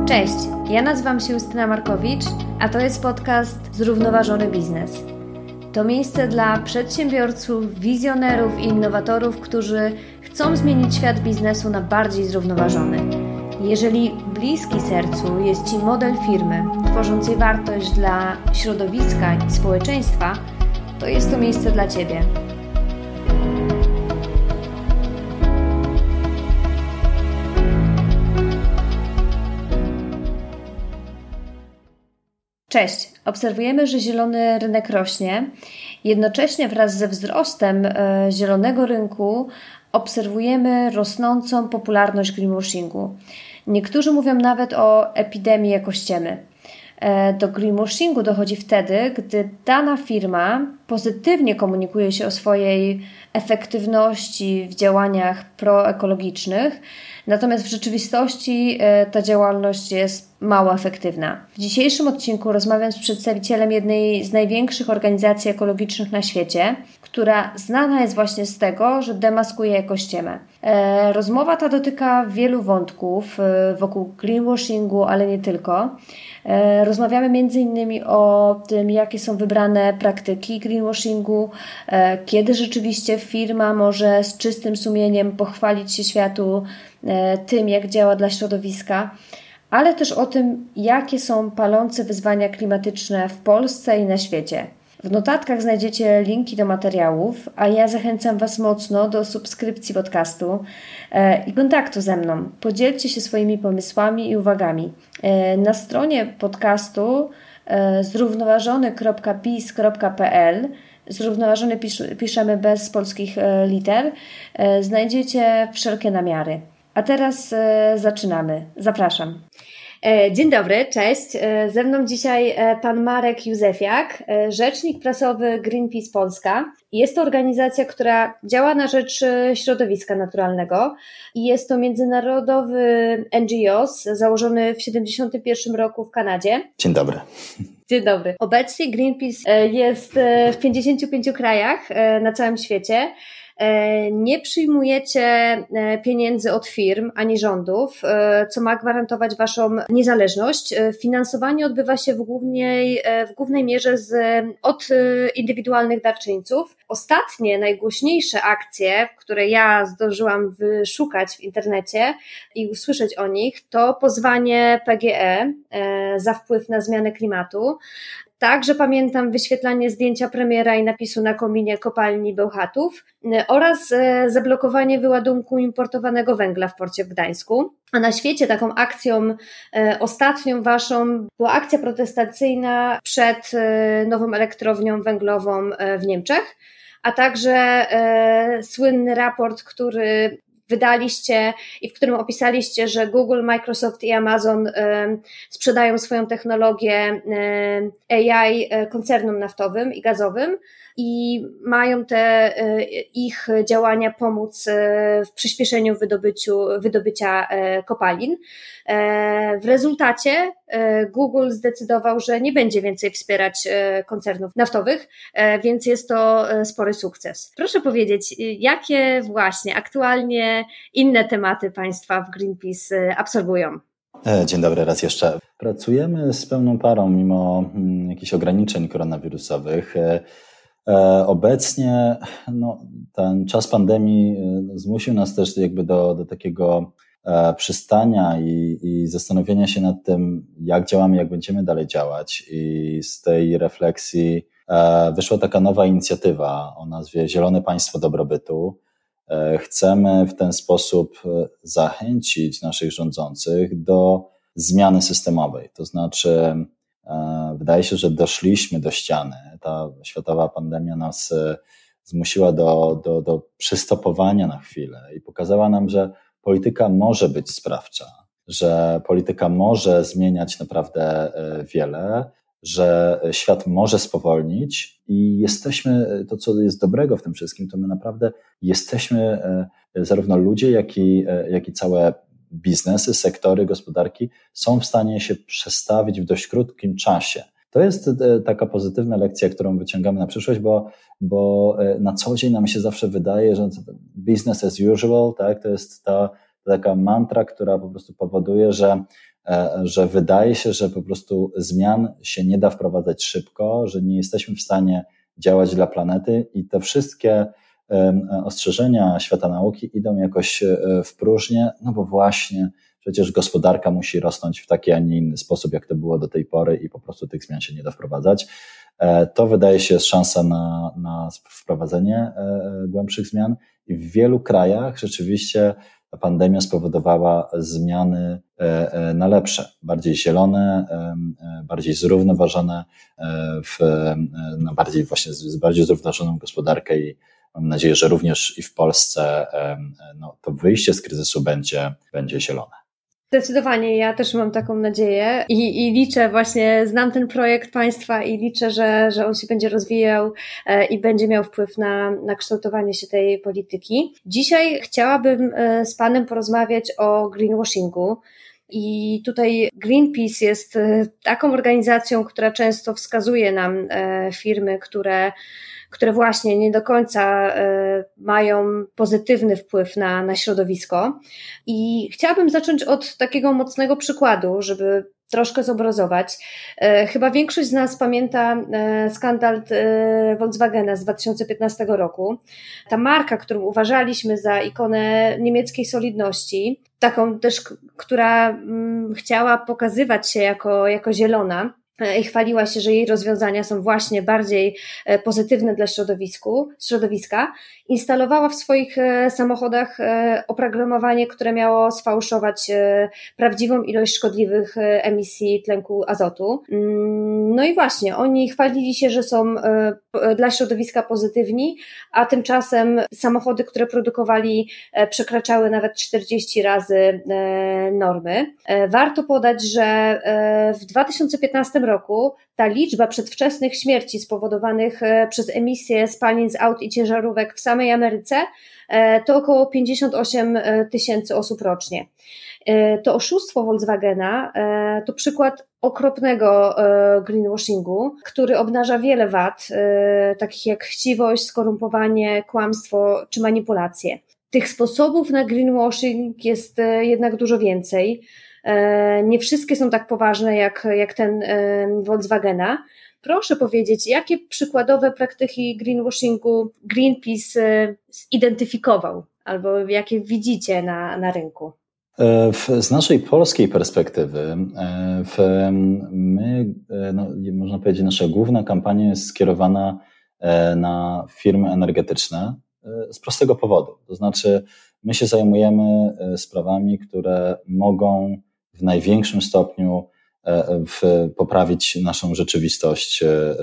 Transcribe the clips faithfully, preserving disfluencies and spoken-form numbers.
Cześć, ja nazywam się Justyna Markowicz, a to jest podcast Zrównoważony Biznes. To miejsce dla przedsiębiorców, wizjonerów i innowatorów, którzy chcą zmienić świat biznesu na bardziej zrównoważony. Jeżeli bliski sercu jest Ci model firmy tworzącej wartość dla środowiska i społeczeństwa, to jest to miejsce dla Ciebie. Cześć! Obserwujemy, że zielony rynek rośnie. Jednocześnie wraz ze wzrostem e, zielonego rynku obserwujemy rosnącą popularność greenwashingu. Niektórzy mówią nawet o epidemii jakościemy. E, do greenwashingu dochodzi wtedy, gdy dana firma pozytywnie komunikuje się o swojej efektywności w działaniach proekologicznych, natomiast w rzeczywistości ta działalność jest mało efektywna. W dzisiejszym odcinku rozmawiam z przedstawicielem jednej z największych organizacji ekologicznych na świecie, która znana jest właśnie z tego, że demaskuje ekościemę. Rozmowa ta dotyka wielu wątków wokół greenwashingu, ale nie tylko. Rozmawiamy między innymi o tym, jakie są wybrane praktyki greenwashingu, kiedy rzeczywiście firma może z czystym sumieniem pochwalić się światu tym, jak działa dla środowiska, ale też o tym, jakie są palące wyzwania klimatyczne w Polsce i na świecie. W notatkach znajdziecie linki do materiałów, a ja zachęcam Was mocno do subskrypcji podcastu i kontaktu ze mną. Podzielcie się swoimi pomysłami i uwagami. Na stronie podcastu zrównoważony kropka biz kropka pe el, zrównoważony pisz, piszemy bez polskich liter, znajdziecie wszelkie namiary. A teraz zaczynamy. Zapraszam. Dzień dobry, cześć. Ze mną dzisiaj pan Marek Józefiak, rzecznik prasowy Greenpeace Polska. Jest to organizacja, która działa na rzecz środowiska naturalnego i jest to międzynarodowy N G O założony w tysiąc dziewięćset siedemdziesiątym pierwszym roku w Kanadzie. Dzień dobry. Dzień dobry. Obecnie Greenpeace jest w pięćdziesięciu pięciu krajach na całym świecie. Nie przyjmujecie pieniędzy od firm ani rządów, co ma gwarantować Waszą niezależność. Finansowanie odbywa się w głównej, w głównej mierze z, od indywidualnych darczyńców. Ostatnie, najgłośniejsze akcje, które ja zdążyłam wyszukać w internecie i usłyszeć o nich, to pozwanie P G E za wpływ na zmianę klimatu. Także pamiętam wyświetlanie zdjęcia premiera i napisu na kominie kopalni Bełchatów oraz zablokowanie wyładunku importowanego węgla w porcie w Gdańsku. A na świecie taką akcją ostatnią waszą była akcja protestacyjna przed nową elektrownią węglową w Niemczech, a także słynny raport, który wydaliście i w którym opisaliście, że Google, Microsoft i Amazon y, sprzedają swoją technologię y, A I koncernom naftowym i gazowym i mają te y, ich działania pomóc y, w przyspieszeniu wydobyciu, wydobycia y, kopalin. Y, w rezultacie y, Google zdecydował, że nie będzie więcej wspierać y, koncernów naftowych, y, więc jest to y, spory sukces. Proszę powiedzieć, y, jakie właśnie aktualnie inne tematy Państwa w Greenpeace absorbują? Dzień dobry raz jeszcze. Pracujemy z pełną parą mimo jakichś ograniczeń koronawirusowych. Obecnie no, ten czas pandemii zmusił nas też jakby do, do takiego przystania i, i zastanowienia się nad tym, jak działamy, jak będziemy dalej działać. I z tej refleksji wyszła taka nowa inicjatywa o nazwie Zielone Państwo Dobrobytu. Chcemy w ten sposób zachęcić naszych rządzących do zmiany systemowej. To znaczy, wydaje się, że doszliśmy do ściany. Ta światowa pandemia nas zmusiła do, do, do przystopowania na chwilę i pokazała nam, że polityka może być sprawcza, że polityka może zmieniać naprawdę wiele, że świat może spowolnić i jesteśmy, to co jest dobrego w tym wszystkim, to my naprawdę jesteśmy, zarówno ludzie, jak i, jak i całe biznesy, sektory gospodarki są w stanie się przestawić w dość krótkim czasie. To jest taka pozytywna lekcja, którą wyciągamy na przyszłość, bo, bo na co dzień nam się zawsze wydaje, że business as usual, tak, to jest ta to taka mantra, która po prostu powoduje, że, że wydaje się, że po prostu zmian się nie da wprowadzać szybko, że nie jesteśmy w stanie działać dla planety i te wszystkie ostrzeżenia świata nauki idą jakoś w próżnię, no bo właśnie przecież gospodarka musi rosnąć w taki, a nie inny sposób, jak to było do tej pory i po prostu tych zmian się nie da wprowadzać. To wydaje się jest szansa na, na wprowadzenie głębszych zmian i w wielu krajach rzeczywiście ta pandemia spowodowała zmiany na lepsze, bardziej zielone, bardziej zrównoważone, w, na bardziej właśnie bardziej zrównoważoną gospodarkę i mam nadzieję, że również i w Polsce no, to wyjście z kryzysu będzie, będzie zielone. Zdecydowanie, ja też mam taką nadzieję i, i liczę właśnie, znam ten projekt państwa i liczę, że, że on się będzie rozwijał e, i będzie miał wpływ na, na kształtowanie się tej polityki. Dzisiaj chciałabym e, z Panem porozmawiać o greenwashingu. I tutaj Greenpeace jest e, taką organizacją, która często wskazuje nam e, firmy, które które właśnie nie do końca mają pozytywny wpływ na, na środowisko. I chciałabym zacząć od takiego mocnego przykładu, żeby troszkę zobrazować. Chyba większość z nas pamięta skandal Volkswagena z dwa tysiące piętnastego roku. Ta marka, którą uważaliśmy za ikonę niemieckiej solidności, taką też, która chciała pokazywać się jako, jako zielona, i chwaliła się, że jej rozwiązania są właśnie bardziej pozytywne dla środowisku, środowiska, instalowała w swoich samochodach oprogramowanie, które miało sfałszować prawdziwą ilość szkodliwych emisji tlenku azotu. No i właśnie, oni chwalili się, że są dla środowiska pozytywni, a tymczasem samochody, które produkowali, przekraczały nawet czterdzieści razy normy. Warto podać, że w dwa tysiące piętnastym roku ta liczba przedwczesnych śmierci spowodowanych przez emisję spalin z aut i ciężarówek w samej Ameryce to około pięćdziesiąt osiem tysięcy osób rocznie. To oszustwo Volkswagena to przykład okropnego greenwashingu, który obnaża wiele wad, takich jak chciwość, skorumpowanie, kłamstwo czy manipulacje. Tych sposobów na greenwashing jest jednak dużo więcej. Nie wszystkie są tak poważne jak, jak ten Volkswagena. Proszę powiedzieć, jakie przykładowe praktyki greenwashingu Greenpeace zidentyfikował albo jakie widzicie na, na rynku? Z naszej polskiej perspektywy, w, my, no, można powiedzieć, nasza główna kampania jest skierowana na firmy energetyczne z prostego powodu. To znaczy, my się zajmujemy sprawami, które mogą w największym stopniu w, poprawić naszą rzeczywistość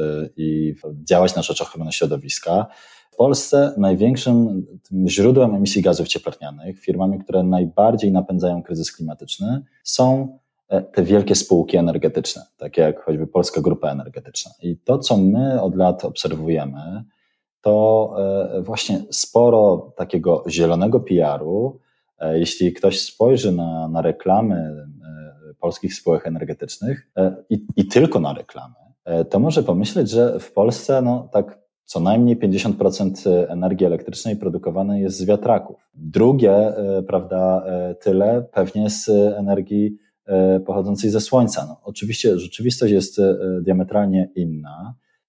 i działać na rzecz ochrony środowiska. W Polsce największym źródłem emisji gazów cieplarnianych, firmami, które najbardziej napędzają kryzys klimatyczny, są te wielkie spółki energetyczne, takie jak choćby Polska Grupa Energetyczna. I to, co my od lat obserwujemy, to właśnie sporo takiego zielonego P R-u. Jeśli ktoś spojrzy na, na reklamy polskich spółek energetycznych i, i tylko na reklamy, to może pomyśleć, że w Polsce no, tak co najmniej pięćdziesiąt procent energii elektrycznej produkowanej jest z wiatraków. Drugie, prawda, tyle pewnie z energii pochodzącej ze słońca. No, oczywiście rzeczywistość jest diametralnie inna.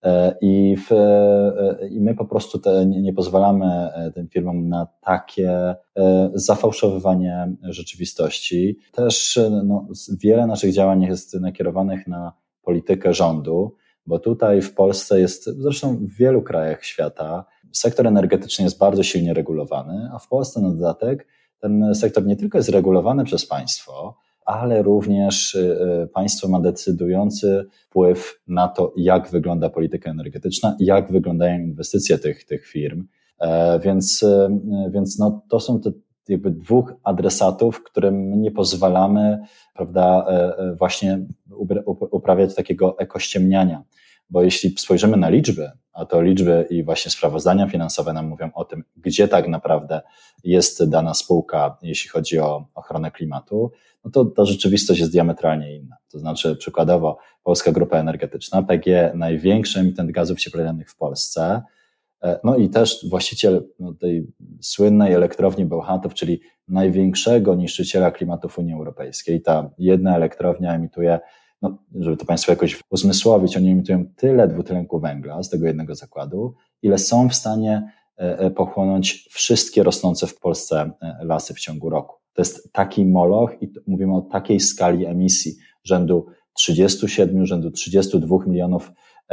I, w, I my po prostu te, nie, nie pozwalamy tym firmom na takie zafałszowywanie rzeczywistości. Też no, wiele naszych działań jest nakierowanych na politykę rządu, bo tutaj w Polsce jest, zresztą w wielu krajach świata, sektor energetyczny jest bardzo silnie regulowany, a w Polsce na dodatek ten sektor nie tylko jest regulowany przez państwo, ale również państwo ma decydujący wpływ na to, jak wygląda polityka energetyczna i jak wyglądają inwestycje tych, tych firm. Więc, więc no, to są te jakby dwóch adresatów, którym nie pozwalamy, prawda, właśnie uprawiać takiego ekościemniania. Bo jeśli spojrzymy na liczby, a to liczby i właśnie sprawozdania finansowe nam mówią o tym, gdzie tak naprawdę jest dana spółka, jeśli chodzi o ochronę klimatu, no to ta rzeczywistość jest diametralnie inna. To znaczy przykładowo Polska Grupa Energetyczna, P G, największy emitent gazów cieplarnianych w Polsce, no i też właściciel tej słynnej elektrowni Bełchatów, czyli największego niszczyciela klimatu w Unii Europejskiej. Ta jedna elektrownia emituje, no, żeby to Państwo jakoś uzmysłowić, oni emitują tyle dwutlenku węgla z tego jednego zakładu, ile są w stanie pochłonąć wszystkie rosnące w Polsce lasy w ciągu roku. To jest taki moloch i mówimy o takiej skali emisji rzędu trzydziestu siedmiu, rzędu trzydziestu dwóch milionów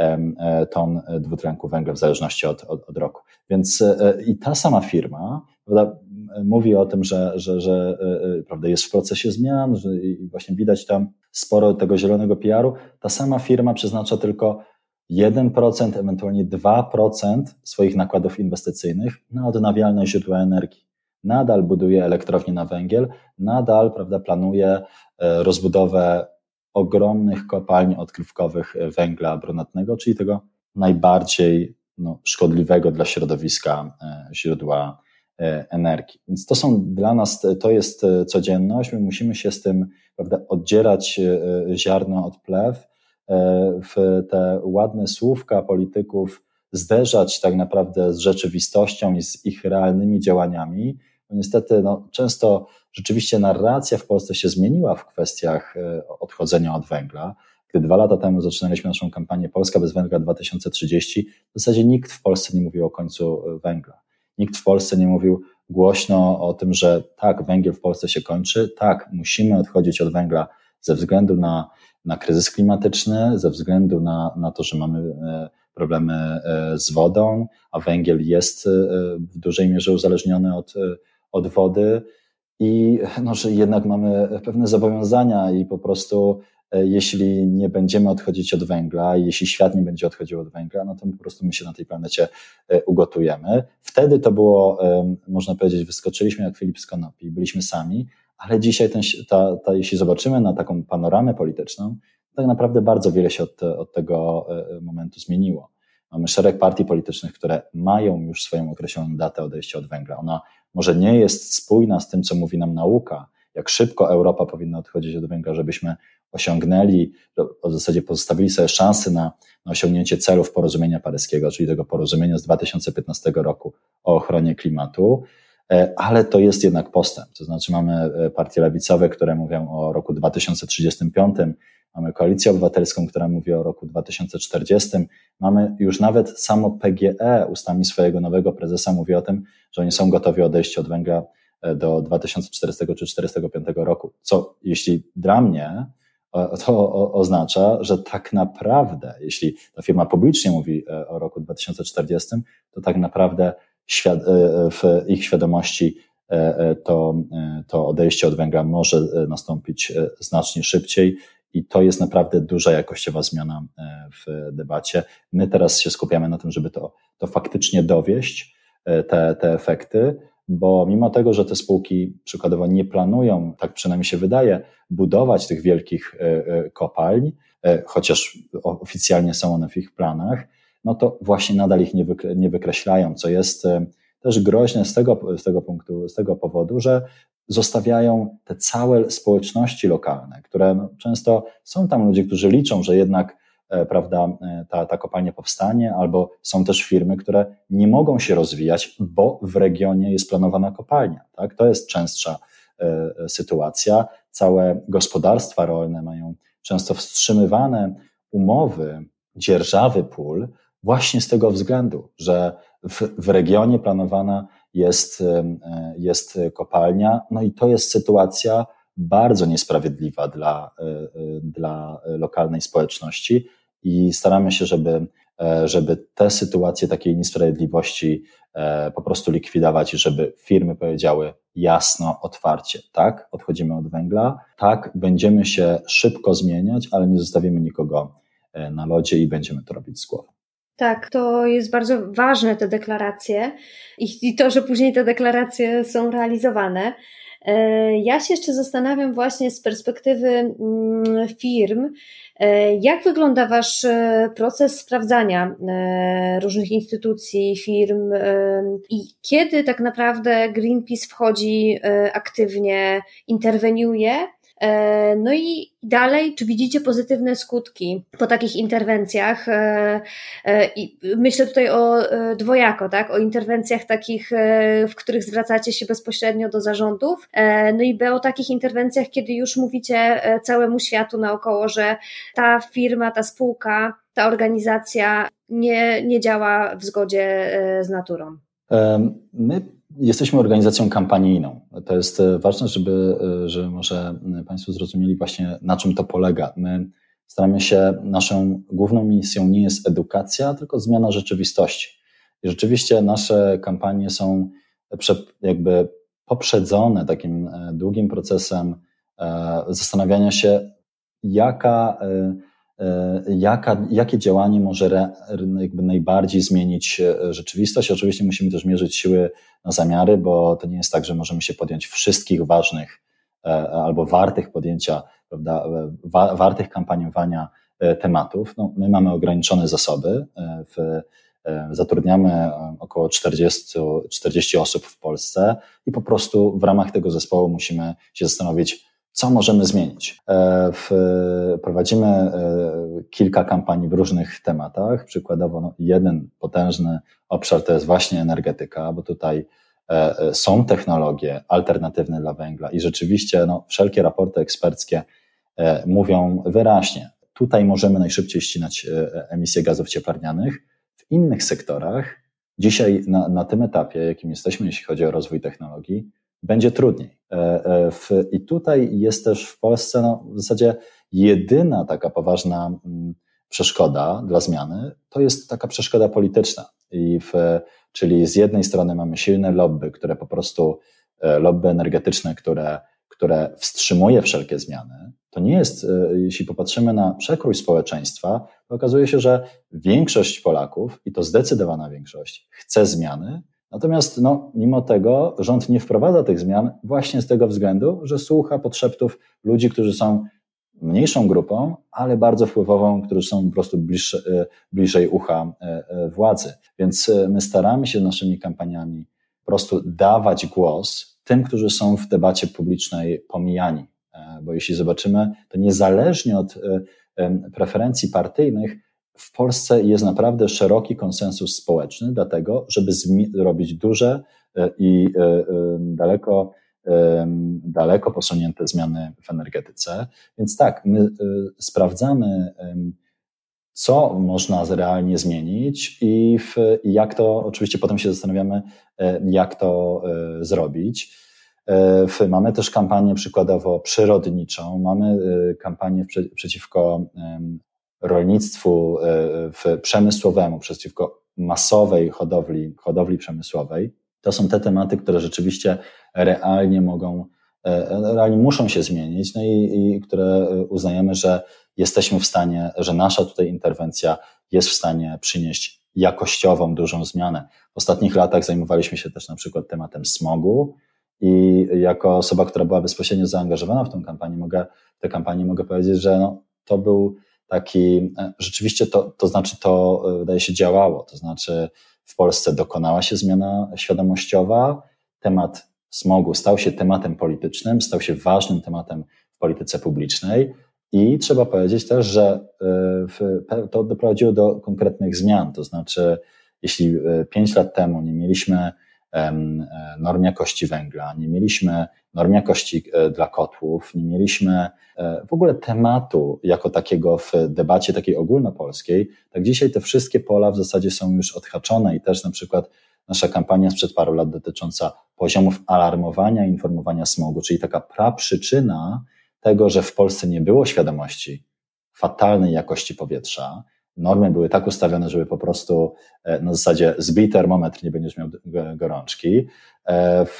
ton dwutlenku węgla w zależności od, od, od roku. Więc i ta sama firma, prawda, mówi o tym, że, że, że prawda, jest w procesie zmian, że i właśnie widać tam sporo tego zielonego P R u. Ta sama firma przeznacza tylko jeden procent, ewentualnie dwa procent swoich nakładów inwestycyjnych na odnawialne źródła energii. Nadal buduje elektrownie na węgiel, nadal, prawda, planuje rozbudowę ogromnych kopalń odkrywkowych węgla brunatnego, czyli tego najbardziej no, szkodliwego dla środowiska źródła energii. Więc to są dla nas, to jest codzienność, my musimy się z tym, prawda, oddzierać ziarno od plew, w te ładne słówka polityków zderzać tak naprawdę z rzeczywistością i z ich realnymi działaniami. Bo niestety no, często rzeczywiście narracja w Polsce się zmieniła w kwestiach odchodzenia od węgla. Gdy dwa lata temu zaczynaliśmy naszą kampanię Polska bez węgla dwa tysiące trzydzieści, w zasadzie nikt w Polsce nie mówił o końcu węgla. Nikt w Polsce nie mówił głośno o tym, że tak, węgiel w Polsce się kończy, tak, musimy odchodzić od węgla ze względu na, na kryzys klimatyczny, ze względu na, na to, że mamy problemy z wodą, a węgiel jest w dużej mierze uzależniony od, od wody i no, że jednak mamy pewne zobowiązania i po prostu jeśli nie będziemy odchodzić od węgla, jeśli świat nie będzie odchodził od węgla, no to po prostu my się na tej planecie ugotujemy. Wtedy to było, można powiedzieć, wyskoczyliśmy jak Filip z konopi, byliśmy sami, ale dzisiaj ten, ta, ta, jeśli zobaczymy na taką panoramę polityczną, tak naprawdę bardzo wiele się od, od tego momentu zmieniło. Mamy szereg partii politycznych, które mają już swoją określoną datę odejścia od węgla. Ona może nie jest spójna z tym, co mówi nam nauka, jak szybko Europa powinna odchodzić od węgla, żebyśmy osiągnęli, w zasadzie pozostawili sobie szansy na, na osiągnięcie celów porozumienia paryskiego, czyli tego porozumienia z dwa tysiące piętnastego roku o ochronie klimatu, ale to jest jednak postęp. To znaczy mamy partie lewicowe, które mówią o roku dwa tysiące trzydziestym piątym, mamy Koalicję Obywatelską, która mówi o roku dwa tysiące czterdziestym, mamy już nawet samo P G E ustami swojego nowego prezesa mówi o tym, że oni są gotowi odejść od węgla do dwa tysiące czterdziestego czy czterdziestego piątego roku, co jeśli dla mnie to oznacza, że tak naprawdę, jeśli ta firma publicznie mówi o roku dwa tysiące czterdziestym, to tak naprawdę w ich świadomości to, to odejście od węgla może nastąpić znacznie szybciej i to jest naprawdę duża jakościowa zmiana w debacie. My teraz się skupiamy na tym, żeby to, to faktycznie dowieść, te, te efekty, bo mimo tego, że te spółki przykładowo nie planują, tak przynajmniej się wydaje, budować tych wielkich kopalń, chociaż oficjalnie są one w ich planach, no to właśnie nadal ich nie, wykre, nie wykreślają, co jest też groźne z tego, z tego punktu, z tego powodu, że zostawiają te całe społeczności lokalne, które no, często są tam ludzie, którzy liczą, że jednak prawda, ta, ta kopalnia powstanie, albo są też firmy, które nie mogą się rozwijać, bo w regionie jest planowana kopalnia. Tak? To jest częstsza y, sytuacja. Całe gospodarstwa rolne mają często wstrzymywane umowy, dzierżawy pól właśnie z tego względu, że w, w regionie planowana jest, y, jest kopalnia, no i to jest sytuacja bardzo niesprawiedliwa dla, dla lokalnej społeczności i staramy się, żeby, żeby te sytuacje takiej niesprawiedliwości po prostu likwidować i żeby firmy powiedziały jasno, otwarcie, tak, odchodzimy od węgla, tak, będziemy się szybko zmieniać, ale nie zostawimy nikogo na lodzie i będziemy to robić z głową. Tak, to jest bardzo ważne, te deklaracje i to, że później te deklaracje są realizowane. Ja się jeszcze zastanawiam właśnie z perspektywy firm, jak wygląda wasz proces sprawdzania różnych instytucji, firm i kiedy tak naprawdę Greenpeace wchodzi aktywnie, interweniuje No i dalej, czy widzicie pozytywne skutki po takich interwencjach? I myślę tutaj o dwojako, tak? O interwencjach takich, w których zwracacie się bezpośrednio do zarządów, no i B, o takich interwencjach, kiedy już mówicie całemu światu naokoło, że ta firma, ta spółka, ta organizacja nie, nie działa w zgodzie z naturą. My jesteśmy organizacją kampanijną. To jest ważne, żeby, żeby może Państwo zrozumieli właśnie, na czym to polega. My staramy się, naszą główną misją nie jest edukacja, tylko zmiana rzeczywistości. I rzeczywiście nasze kampanie są jakby poprzedzone takim długim procesem zastanawiania się, jaka Jaka, jakie działanie może re, jakby najbardziej zmienić rzeczywistość. Oczywiście musimy też mierzyć siły na zamiary, bo to nie jest tak, że możemy się podjąć wszystkich ważnych albo wartych podjęcia, prawda, wa, wartych kampaniowania tematów. No, my mamy ograniczone zasoby. W, zatrudniamy około czterdzieści, czterdzieści osób w Polsce i po prostu w ramach tego zespołu musimy się zastanowić, co możemy zmienić. W, prowadzimy kilka kampanii w różnych tematach. Przykładowo no, jeden potężny obszar to jest właśnie energetyka, bo tutaj są technologie alternatywne dla węgla i rzeczywiście no, wszelkie raporty eksperckie mówią wyraźnie, tutaj możemy najszybciej ścinać emisję gazów cieplarnianych. W innych sektorach dzisiaj na, na tym etapie, jakim jesteśmy, jeśli chodzi o rozwój technologii, będzie trudniej. I tutaj jest też w Polsce no, w zasadzie jedyna taka poważna przeszkoda dla zmiany, to jest taka przeszkoda polityczna. I w, czyli z jednej strony mamy silne lobby, które po prostu, lobby energetyczne, które, które wstrzymuje wszelkie zmiany. To nie jest, jeśli popatrzymy na przekrój społeczeństwa, to okazuje się, że większość Polaków, i to zdecydowana większość, chce zmiany. Natomiast no, mimo tego rząd nie wprowadza tych zmian właśnie z tego względu, że słucha podszeptów ludzi, którzy są mniejszą grupą, ale bardzo wpływową, którzy są po prostu bliższe, bliżej ucha władzy. Więc my staramy się naszymi kampaniami po prostu dawać głos tym, którzy są w debacie publicznej pomijani. Bo jeśli zobaczymy, to niezależnie od preferencji partyjnych, w Polsce jest naprawdę szeroki konsensus społeczny, dlatego, żeby robić duże i daleko, daleko posunięte zmiany w energetyce. Więc tak, my sprawdzamy, co można realnie zmienić i, w, i jak to, oczywiście potem się zastanawiamy, jak to zrobić. Mamy też kampanię przykładowo przyrodniczą, mamy kampanię przeciwko rolnictwu przemysłowemu, przeciwko masowej hodowli, hodowli przemysłowej. To są te tematy, które rzeczywiście realnie mogą, realnie muszą się zmienić, no i, i które uznajemy, że jesteśmy w stanie, że nasza tutaj interwencja jest w stanie przynieść jakościową, dużą zmianę. W ostatnich latach zajmowaliśmy się też na przykład tematem smogu i jako osoba, która była bezpośrednio zaangażowana w tę kampanię, mogę, w tę kampanię mogę powiedzieć, że no, to był taki, rzeczywiście to, to znaczy to wydaje się działało, to znaczy w Polsce dokonała się zmiana świadomościowa, temat smogu stał się tematem politycznym, stał się ważnym tematem w polityce publicznej i trzeba powiedzieć też, że to doprowadziło do konkretnych zmian, to znaczy jeśli pięć lat temu nie mieliśmy norm jakości węgla, nie mieliśmy norm jakości dla kotłów, nie mieliśmy w ogóle tematu jako takiego w debacie takiej ogólnopolskiej, tak dzisiaj te wszystkie pola w zasadzie są już odhaczone i też na przykład nasza kampania sprzed paru lat dotycząca poziomów alarmowania i informowania smogu, czyli taka praprzyczyna tego, że w Polsce nie było świadomości fatalnej jakości powietrza. Normy były tak ustawione, żeby po prostu na zasadzie zbij termometr, nie będziesz miał gorączki, w,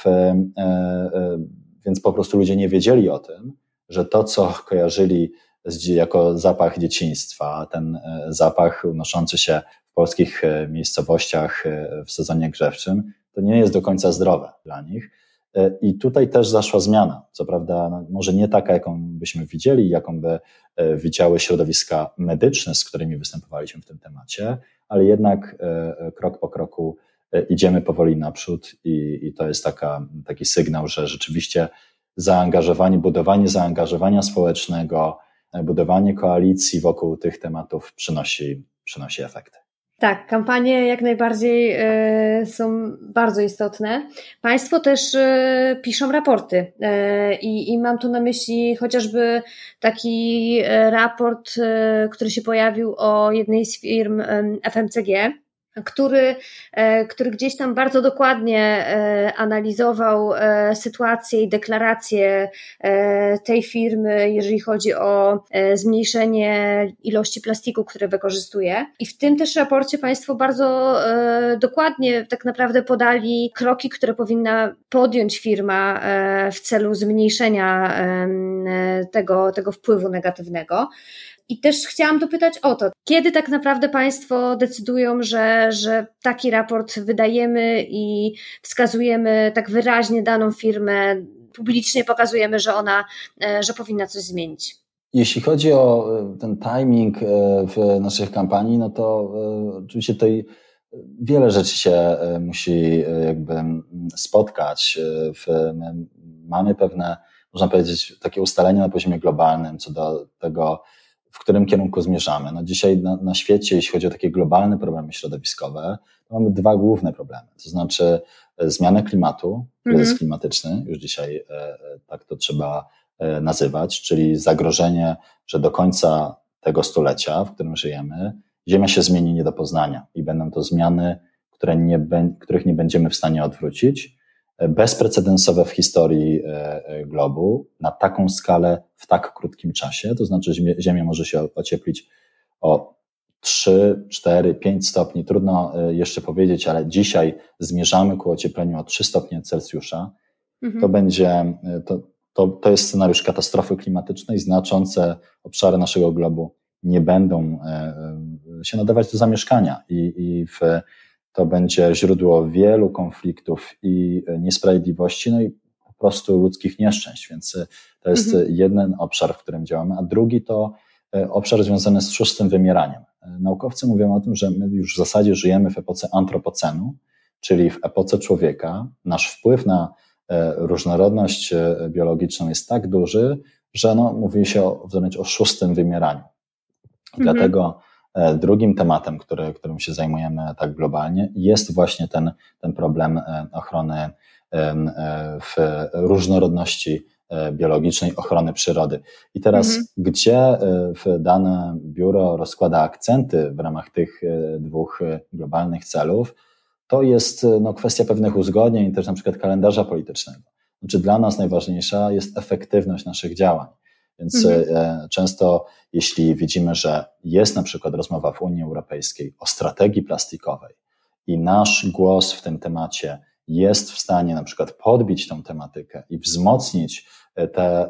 więc po prostu ludzie nie wiedzieli o tym, że to, co kojarzyli jako zapach dzieciństwa, ten zapach unoszący się w polskich miejscowościach w sezonie grzewczym, to nie jest do końca zdrowe dla nich. I tutaj też zaszła zmiana, co prawda no, może nie taka, jaką byśmy widzieli, jaką by widziały środowiska medyczne, z którymi występowaliśmy w tym temacie, ale jednak krok po kroku idziemy powoli naprzód i, i to jest taka, taki sygnał, że rzeczywiście zaangażowanie, budowanie zaangażowania społecznego, budowanie koalicji wokół tych tematów przynosi, przynosi efekty. Tak, kampanie jak najbardziej y, są bardzo istotne. Państwo też y, piszą raporty y, i mam tu na myśli chociażby taki raport, y, który się pojawił o jednej z firm y, F M C G, który, który gdzieś tam bardzo dokładnie analizował sytuację i deklaracje tej firmy, jeżeli chodzi o zmniejszenie ilości plastiku, który wykorzystuje. I w tym też raporcie Państwo bardzo dokładnie tak naprawdę podali kroki, które powinna podjąć firma w celu zmniejszenia tego, tego wpływu negatywnego. I też chciałam dopytać o to, kiedy tak naprawdę Państwo decydują, że, że taki raport wydajemy i wskazujemy tak wyraźnie daną firmę, publicznie pokazujemy, że ona, że powinna coś zmienić? Jeśli chodzi o ten timing w naszych kampanii, no to oczywiście tutaj wiele rzeczy się musi jakby spotkać. Mamy pewne, można powiedzieć, takie ustalenia na poziomie globalnym co do tego, w którym kierunku zmierzamy. No dzisiaj na, na świecie, jeśli chodzi o takie globalne problemy środowiskowe, to mamy dwa główne problemy. To znaczy zmianę klimatu, kryzys mm-hmm. klimatyczny, już dzisiaj e, tak to trzeba e, nazywać, czyli zagrożenie, że do końca tego stulecia, w którym żyjemy, Ziemia się zmieni nie do poznania i będą to zmiany, które nie, których nie będziemy w stanie odwrócić. Bezprecedensowe w historii globu, na taką skalę, w tak krótkim czasie, to znaczy Ziemia może się ocieplić o trzy, cztery, pięć stopni, trudno jeszcze powiedzieć, ale dzisiaj zmierzamy ku ociepleniu o trzy stopnie Celsjusza. Mhm. To będzie, to, to, to jest scenariusz katastrofy klimatycznej, znaczące obszary naszego globu nie będą się nadawać do zamieszkania i, i w to będzie źródło wielu konfliktów i niesprawiedliwości, no i po prostu ludzkich nieszczęść, więc to jest mhm. jeden obszar, w którym działamy, a drugi to obszar związany z szóstym wymieraniem. Naukowcy mówią o tym, że my już w zasadzie żyjemy w epoce antropocenu, czyli w epoce człowieka. Nasz wpływ na różnorodność biologiczną jest tak duży, że no, mówi się o, wręcz o szóstym wymieraniu. Mhm. Dlatego drugim tematem, który, którym się zajmujemy tak globalnie, jest właśnie ten, ten problem ochrony w różnorodności biologicznej, ochrony przyrody. I teraz, mhm. gdzie dane biuro rozkłada akcenty w ramach tych dwóch globalnych celów, to jest no, kwestia pewnych uzgodnień, też na przykład kalendarza politycznego. Znaczy dla nas najważniejsza jest efektywność naszych działań. Więc mhm. często, jeśli widzimy, że jest na przykład rozmowa w Unii Europejskiej o strategii plastikowej i nasz głos w tym temacie jest w stanie na przykład podbić tą tematykę i wzmocnić te,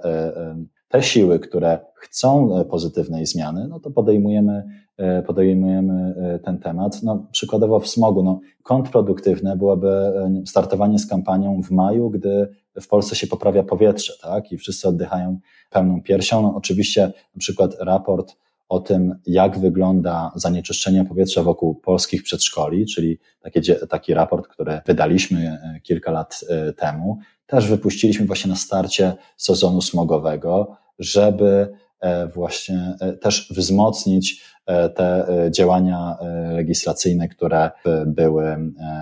te siły, które chcą pozytywnej zmiany, no to podejmujemy, podejmujemy ten temat. No, przykładowo w smogu, no, kontrproduktywne byłoby startowanie z kampanią w maju, gdy w Polsce się poprawia powietrze, tak, i wszyscy oddychają pełną piersią. No, oczywiście na przykład raport o tym, jak wygląda zanieczyszczenie powietrza wokół polskich przedszkoli, czyli taki, taki raport, który wydaliśmy kilka lat temu, też wypuściliśmy właśnie na starcie sezonu smogowego, żeby właśnie też wzmocnić te działania legislacyjne, które były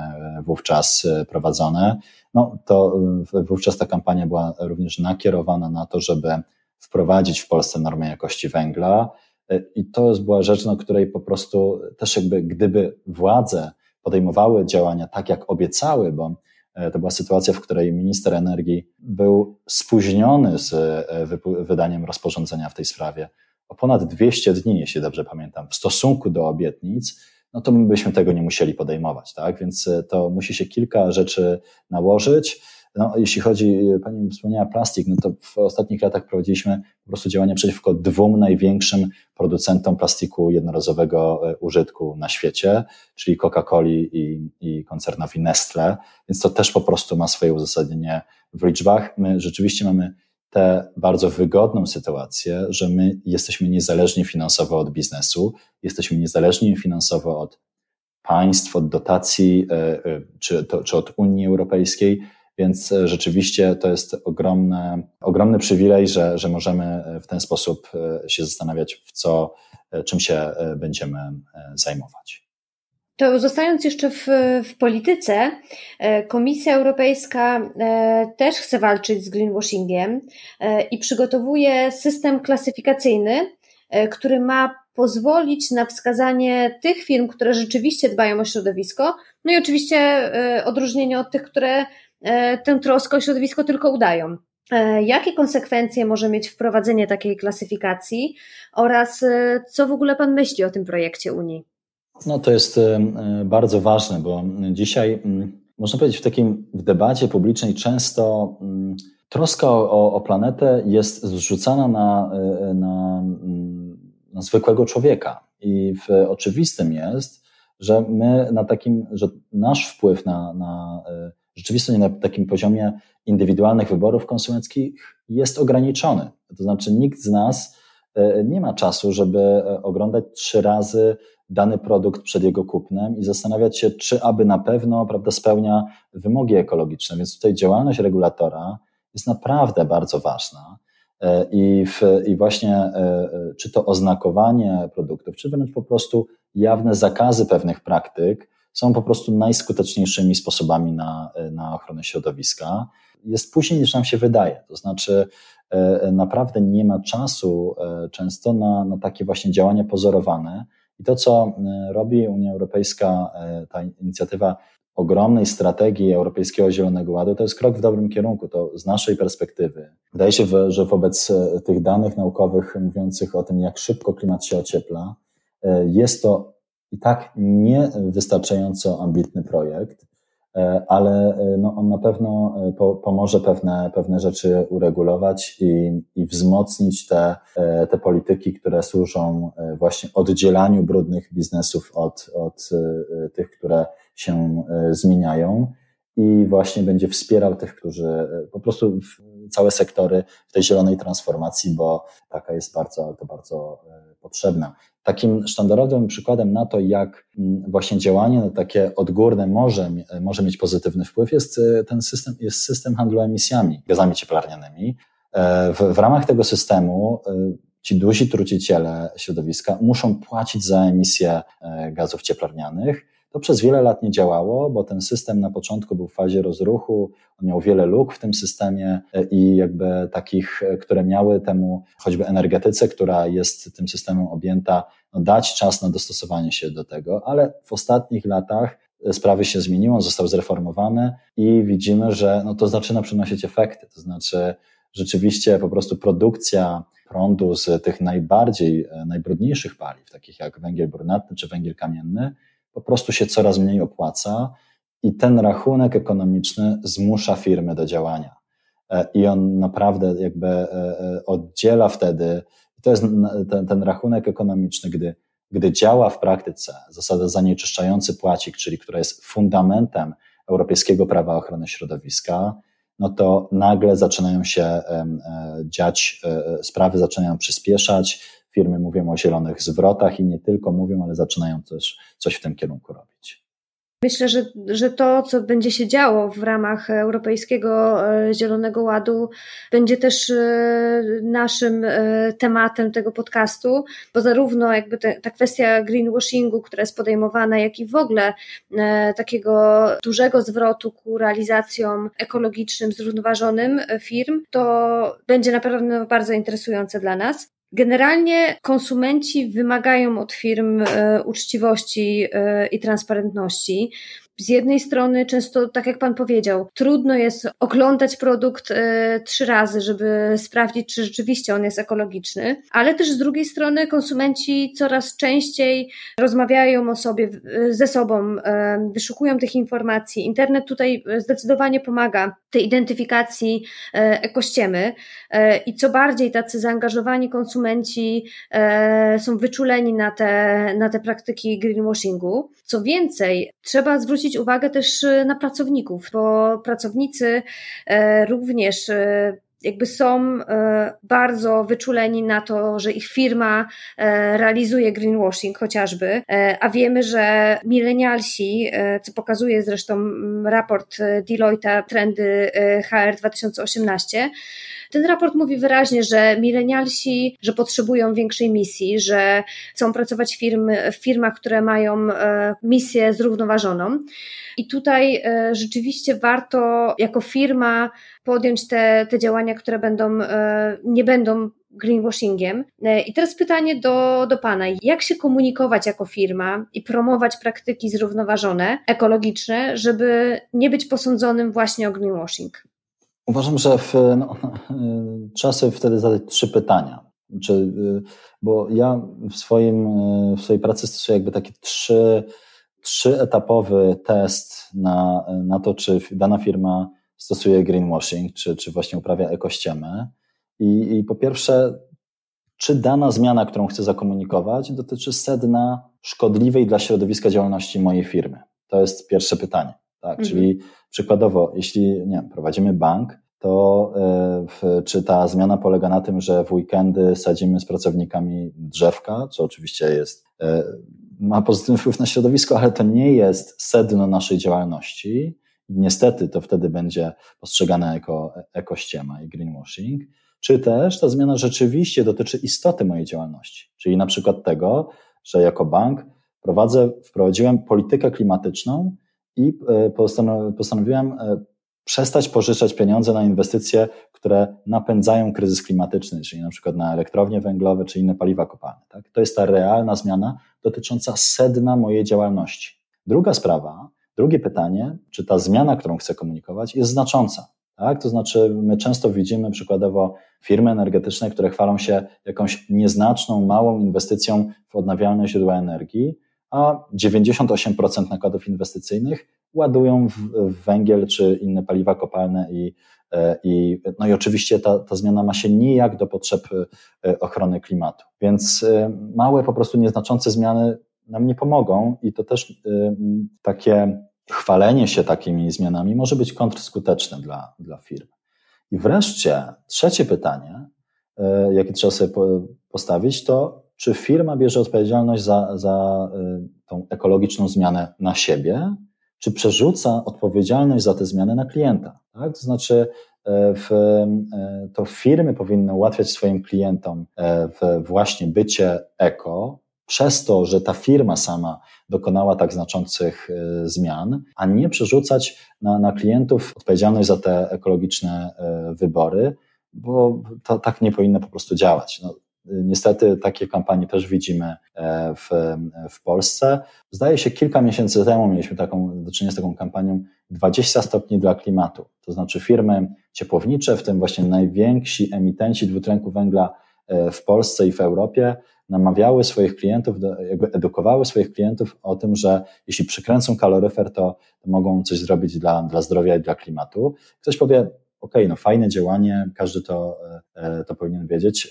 wówczas prowadzone. No to wówczas ta kampania była również nakierowana na to, żeby wprowadzić w Polsce normy jakości węgla i to była rzecz, no, której po prostu też jakby gdyby władze podejmowały działania tak, jak obiecały, bo to była sytuacja, w której minister energii był spóźniony z wydaniem rozporządzenia w tej sprawie o ponad dwieście dni, jeśli dobrze pamiętam, w stosunku do obietnic, no to my byśmy tego nie musieli podejmować, tak? Więc to musi się kilka rzeczy nałożyć. No, jeśli chodzi, pani wspomniała plastik, no to w ostatnich latach prowadziliśmy po prostu działania przeciwko dwóm największym producentom plastiku jednorazowego użytku na świecie, czyli Coca-Coli i, i koncernowi Nestle, więc to też po prostu ma swoje uzasadnienie w liczbach. My rzeczywiście mamy tę bardzo wygodną sytuację, że my jesteśmy niezależni finansowo od biznesu, jesteśmy niezależni finansowo od państw, od dotacji czy, to, czy od Unii Europejskiej, Więc rzeczywiście to jest ogromne, ogromny przywilej, że, że możemy w ten sposób się zastanawiać, w co, czym się będziemy zajmować. To zostając jeszcze w, w polityce, Komisja Europejska też chce walczyć z greenwashingiem i przygotowuje system klasyfikacyjny, który ma pozwolić na wskazanie tych firm, które rzeczywiście dbają o środowisko, no i oczywiście odróżnienie od tych, które tę troskę o środowisko tylko udają. Jakie konsekwencje może mieć wprowadzenie takiej klasyfikacji oraz co w ogóle Pan myśli o tym projekcie Unii? No to jest bardzo ważne, bo dzisiaj można powiedzieć w takim w debacie publicznej często troska o, o planetę jest zrzucana na, na, na zwykłego człowieka i w, oczywistym jest, że my na takim, że nasz wpływ na, na rzeczywistość na takim poziomie indywidualnych wyborów konsumenckich jest ograniczony. To znaczy nikt z nas nie ma czasu, żeby oglądać trzy razy dany produkt przed jego kupnem i zastanawiać się, czy aby na pewno, prawda, spełnia wymogi ekologiczne. Więc tutaj działalność regulatora jest naprawdę bardzo ważna i, w, i właśnie czy to oznakowanie produktów, czy wręcz po prostu jawne zakazy pewnych praktyk są po prostu najskuteczniejszymi sposobami na, na ochronę środowiska. Jest później niż nam się wydaje, to znaczy naprawdę nie ma czasu często na, na takie właśnie działania pozorowane. I to, co robi Unia Europejska, ta inicjatywa ogromnej strategii Europejskiego Zielonego Ładu, to jest krok w dobrym kierunku. To z naszej perspektywy wydaje się, że wobec tych danych naukowych mówiących o tym, jak szybko klimat się ociepla, jest to i tak niewystarczająco ambitny projekt, ale no on na pewno po, pomoże pewne, pewne rzeczy uregulować i, i wzmocnić te, te polityki, które służą właśnie oddzielaniu brudnych biznesów od, od tych, które się zmieniają i właśnie będzie wspierał tych, którzy po prostu całe sektory w tej zielonej transformacji, bo taka jest bardzo, to bardzo potrzebna. Takim sztandarowym przykładem na to, jak właśnie działanie takie odgórne może, może mieć pozytywny wpływ, jest ten system, jest system handlu emisjami, gazami cieplarnianymi. W, w ramach tego systemu ci duzi truciciele środowiska muszą płacić za emisję gazów cieplarnianych. To przez wiele lat nie działało, bo ten system na początku był w fazie rozruchu, on miał wiele luk w tym systemie i jakby takich, które miały temu choćby energetyce, która jest tym systemem objęta, no dać czas na dostosowanie się do tego, ale w ostatnich latach sprawy się zmieniły, on został zreformowany i widzimy, że no to zaczyna przynosić efekty, to znaczy rzeczywiście po prostu produkcja prądu z tych najbardziej, najbrudniejszych paliw, takich jak węgiel brunatny czy węgiel kamienny, po prostu się coraz mniej opłaca i ten rachunek ekonomiczny zmusza firmy do działania. I on naprawdę jakby oddziela wtedy, to jest ten, ten rachunek ekonomiczny, gdy, gdy działa w praktyce zasada zanieczyszczający płaci, czyli która jest fundamentem europejskiego prawa ochrony środowiska, no to nagle zaczynają się dziać, sprawy zaczynają przyspieszać, firmy mówią o zielonych zwrotach i nie tylko mówią, ale zaczynają też coś w tym kierunku robić. Myślę, że, że to, co będzie się działo w ramach Europejskiego Zielonego Ładu, będzie też naszym tematem tego podcastu, bo zarówno jakby te, ta kwestia greenwashingu, która jest podejmowana, jak i w ogóle takiego dużego zwrotu ku realizacjom ekologicznym, zrównoważonym firm, to będzie na pewno bardzo interesujące dla nas. Generalnie konsumenci wymagają od firm e, uczciwości e, i transparentności. Z jednej strony często, tak jak Pan powiedział, trudno jest oglądać produkt e, trzy razy, żeby sprawdzić, czy rzeczywiście on jest ekologiczny, ale też z drugiej strony konsumenci coraz częściej rozmawiają o sobie, ze sobą, e, wyszukują tych informacji. Internet tutaj zdecydowanie pomaga tej identyfikacji e, ekościemy e, i co bardziej tacy zaangażowani konsumenci e, są wyczuleni na te, na te praktyki greenwashingu. Co więcej, trzeba zwrócić uwagę też na pracowników, bo pracownicy również jakby są bardzo wyczuleni na to, że ich firma realizuje greenwashing chociażby, a wiemy, że milenialsi, co pokazuje zresztą raport Deloitte'a Trendy H R dwa tysiące osiemnaście, ten raport mówi wyraźnie, że milenialsi, że potrzebują większej misji, że chcą pracować firmy, w firmach, które mają misję zrównoważoną. I tutaj rzeczywiście warto jako firma podjąć te, te działania, które będą, nie będą greenwashingiem. I teraz pytanie do, do Pana. Jak się komunikować jako firma i promować praktyki zrównoważone, ekologiczne, żeby nie być posądzonym właśnie o greenwashing? Uważam, że w, no, trzeba sobie wtedy zadać trzy pytania. Czy, bo ja w, swoim, w swojej pracy stosuję jakby taki trzy, trzyetapowy test na, na to, czy dana firma stosuje greenwashing, czy, czy właśnie uprawia ekościemę. I, I po pierwsze, czy dana zmiana, którą chcę zakomunikować, dotyczy sedna szkodliwej dla środowiska działalności mojej firmy? To jest pierwsze pytanie. Tak? Mhm. Czyli przykładowo, jeśli nie wiem, prowadzimy bank, to w, czy ta zmiana polega na tym, że w weekendy sadzimy z pracownikami drzewka, co oczywiście jest, ma pozytywny wpływ na środowisko, ale to nie jest sedno naszej działalności. Niestety to wtedy będzie postrzegane jako ekościema i greenwashing. Czy też ta zmiana rzeczywiście dotyczy istoty mojej działalności, czyli na przykład tego, że jako bank prowadzę, wprowadziłem politykę klimatyczną i postanowiłem przestać pożyczać pieniądze na inwestycje, które napędzają kryzys klimatyczny, czyli na przykład na elektrownie węglowe czy inne paliwa kopalne. Tak? To jest ta realna zmiana dotycząca sedna mojej działalności. Druga sprawa, drugie pytanie, czy ta zmiana, którą chcę komunikować, jest znacząca. Tak? To znaczy my często widzimy przykładowo firmy energetyczne, które chwalą się jakąś nieznaczną, małą inwestycją w odnawialne źródła energii, a dziewięćdziesiąt osiem procent nakładów inwestycyjnych ładują w, w węgiel czy inne paliwa kopalne i, i, no i oczywiście ta, ta zmiana ma się nijak do potrzeb ochrony klimatu. Więc małe, po prostu nieznaczące zmiany nam nie pomogą i to też takie chwalenie się takimi zmianami może być kontrskuteczne dla, dla firm. I wreszcie trzecie pytanie, jakie trzeba sobie postawić, to czy firma bierze odpowiedzialność za, za tą ekologiczną zmianę na siebie, czy przerzuca odpowiedzialność za tę zmianę na klienta. Tak? To znaczy w, to firmy powinny ułatwiać swoim klientom w właśnie bycie eko, przez to, że ta firma sama dokonała tak znaczących zmian, a nie przerzucać na, na klientów odpowiedzialność za te ekologiczne wybory, bo to tak nie powinno po prostu działać. No, niestety takie kampanie też widzimy w, w Polsce. Zdaje się, kilka miesięcy temu mieliśmy taką, do czynienia z taką kampanią dwadzieścia stopni dla klimatu. To znaczy firmy ciepłownicze, w tym właśnie najwięksi emitenci dwutlenku węgla w Polsce i w Europie, namawiały swoich klientów, jakby edukowały swoich klientów o tym, że jeśli przykręcą kaloryfer, to, to mogą coś zrobić dla, dla zdrowia i dla klimatu. Ktoś powie, okej, okay, no fajne działanie, każdy to, to powinien wiedzieć,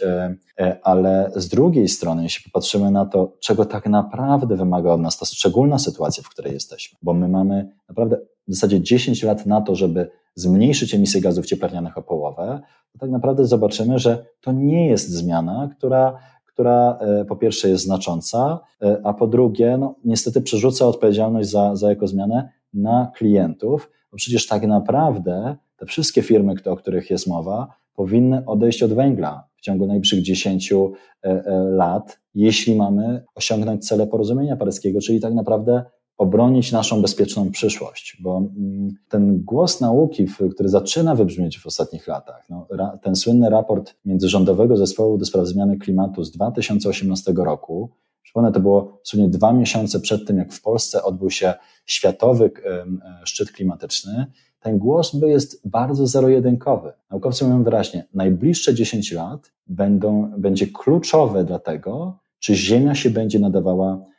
ale z drugiej strony, jeśli popatrzymy na to, czego tak naprawdę wymaga od nas ta szczególna sytuacja, w której jesteśmy, bo my mamy naprawdę w zasadzie dziesięć lat na to, żeby zmniejszyć emisję gazów cieplarnianych o połowę, to tak naprawdę zobaczymy, że to nie jest zmiana, która która po pierwsze jest znacząca, a po drugie, no, niestety przerzuca odpowiedzialność za, za ekozmianę na klientów, bo przecież tak naprawdę te wszystkie firmy, o których jest mowa, powinny odejść od węgla w ciągu najbliższych dziesięciu lat, jeśli mamy osiągnąć cele porozumienia paryskiego, czyli tak naprawdę obronić naszą bezpieczną przyszłość, bo ten głos nauki, który zaczyna wybrzmieć w ostatnich latach, no, ten słynny raport Międzyrządowego Zespołu do Spraw Zmiany Klimatu z dwa tysiące osiemnastego roku, przypomnę, to było w sumie dwa miesiące przed tym, jak w Polsce odbył się światowy szczyt klimatyczny, ten głos jest bardzo zero-jedynkowy. Naukowcy mówią wyraźnie, najbliższe dziesięć lat będą, będzie kluczowe dla tego, czy Ziemia się będzie nadawała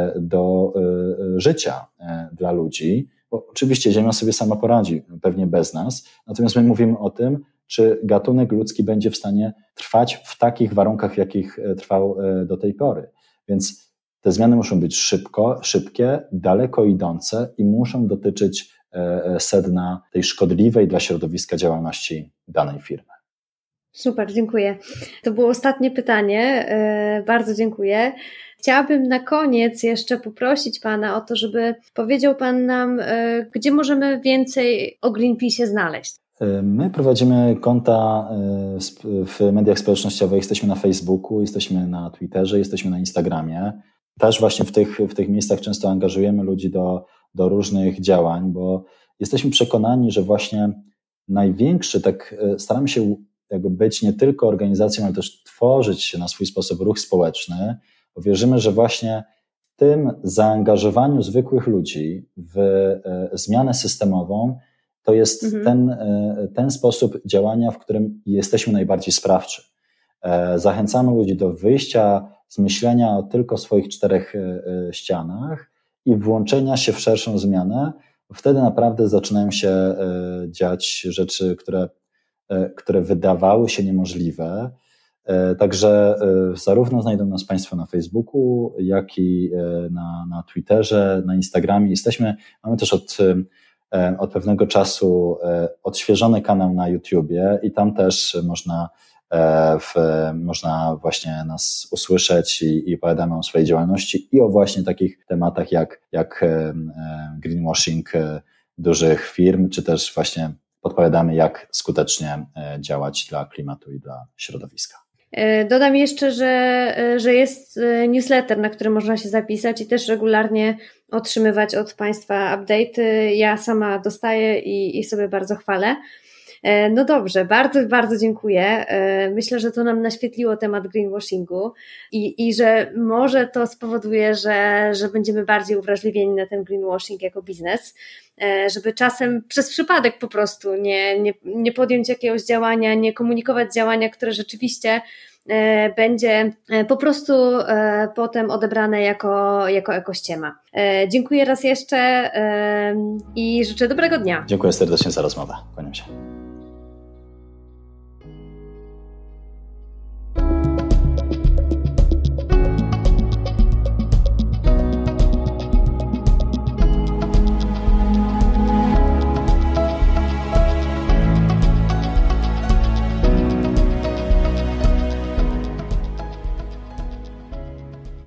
do życia dla ludzi, bo oczywiście Ziemia sobie sama poradzi, pewnie bez nas, natomiast my mówimy o tym, czy gatunek ludzki będzie w stanie trwać w takich warunkach, w jakich trwał do tej pory. Więc te zmiany muszą być szybko, szybkie, daleko idące i muszą dotyczyć sedna tej szkodliwej dla środowiska działalności danej firmy. Super, dziękuję. To było ostatnie pytanie. Bardzo dziękuję. Chciałabym na koniec jeszcze poprosić Pana o to, żeby powiedział Pan nam, gdzie możemy więcej o Greenpeace'ie znaleźć. My prowadzimy konta w mediach społecznościowych, jesteśmy na Facebooku, jesteśmy na Twitterze, jesteśmy na Instagramie. Też właśnie w tych, w tych miejscach często angażujemy ludzi do, do różnych działań, bo jesteśmy przekonani, że właśnie największy, tak staramy się jakby być nie tylko organizacją, ale też tworzyć się na swój sposób ruch społeczny, bo wierzymy, że właśnie w tym zaangażowaniu zwykłych ludzi w zmianę systemową to jest mhm. ten, ten sposób działania, w którym jesteśmy najbardziej sprawczy. Zachęcamy ludzi do wyjścia z myślenia o tylko swoich czterech ścianach i włączenia się w szerszą zmianę. Wtedy naprawdę zaczynają się dziać rzeczy, które, które wydawały się niemożliwe. Także zarówno znajdą nas Państwo na Facebooku, jak i na, na Twitterze, na Instagramie. Jesteśmy, mamy też od, od pewnego czasu odświeżony kanał na YouTubie i tam też można W, można właśnie nas usłyszeć i, i opowiadamy o swojej działalności i o właśnie takich tematach jak, jak greenwashing dużych firm, czy też właśnie podpowiadamy, jak skutecznie działać dla klimatu i dla środowiska. Dodam jeszcze, że, że jest newsletter, na który można się zapisać i też regularnie otrzymywać od Państwa update'y. Ja sama dostaję i, i sobie bardzo chwalę. No dobrze, bardzo, bardzo dziękuję. Myślę, że to nam naświetliło temat greenwashingu i, i że może to spowoduje, że, że będziemy bardziej uwrażliwieni na ten greenwashing jako biznes, żeby czasem przez przypadek po prostu nie, nie, nie podjąć jakiegoś działania, nie komunikować działania, które rzeczywiście będzie po prostu potem odebrane jako, jako ekościema. Dziękuję raz jeszcze i życzę dobrego dnia. Dziękuję serdecznie za rozmowę. Kłaniam się.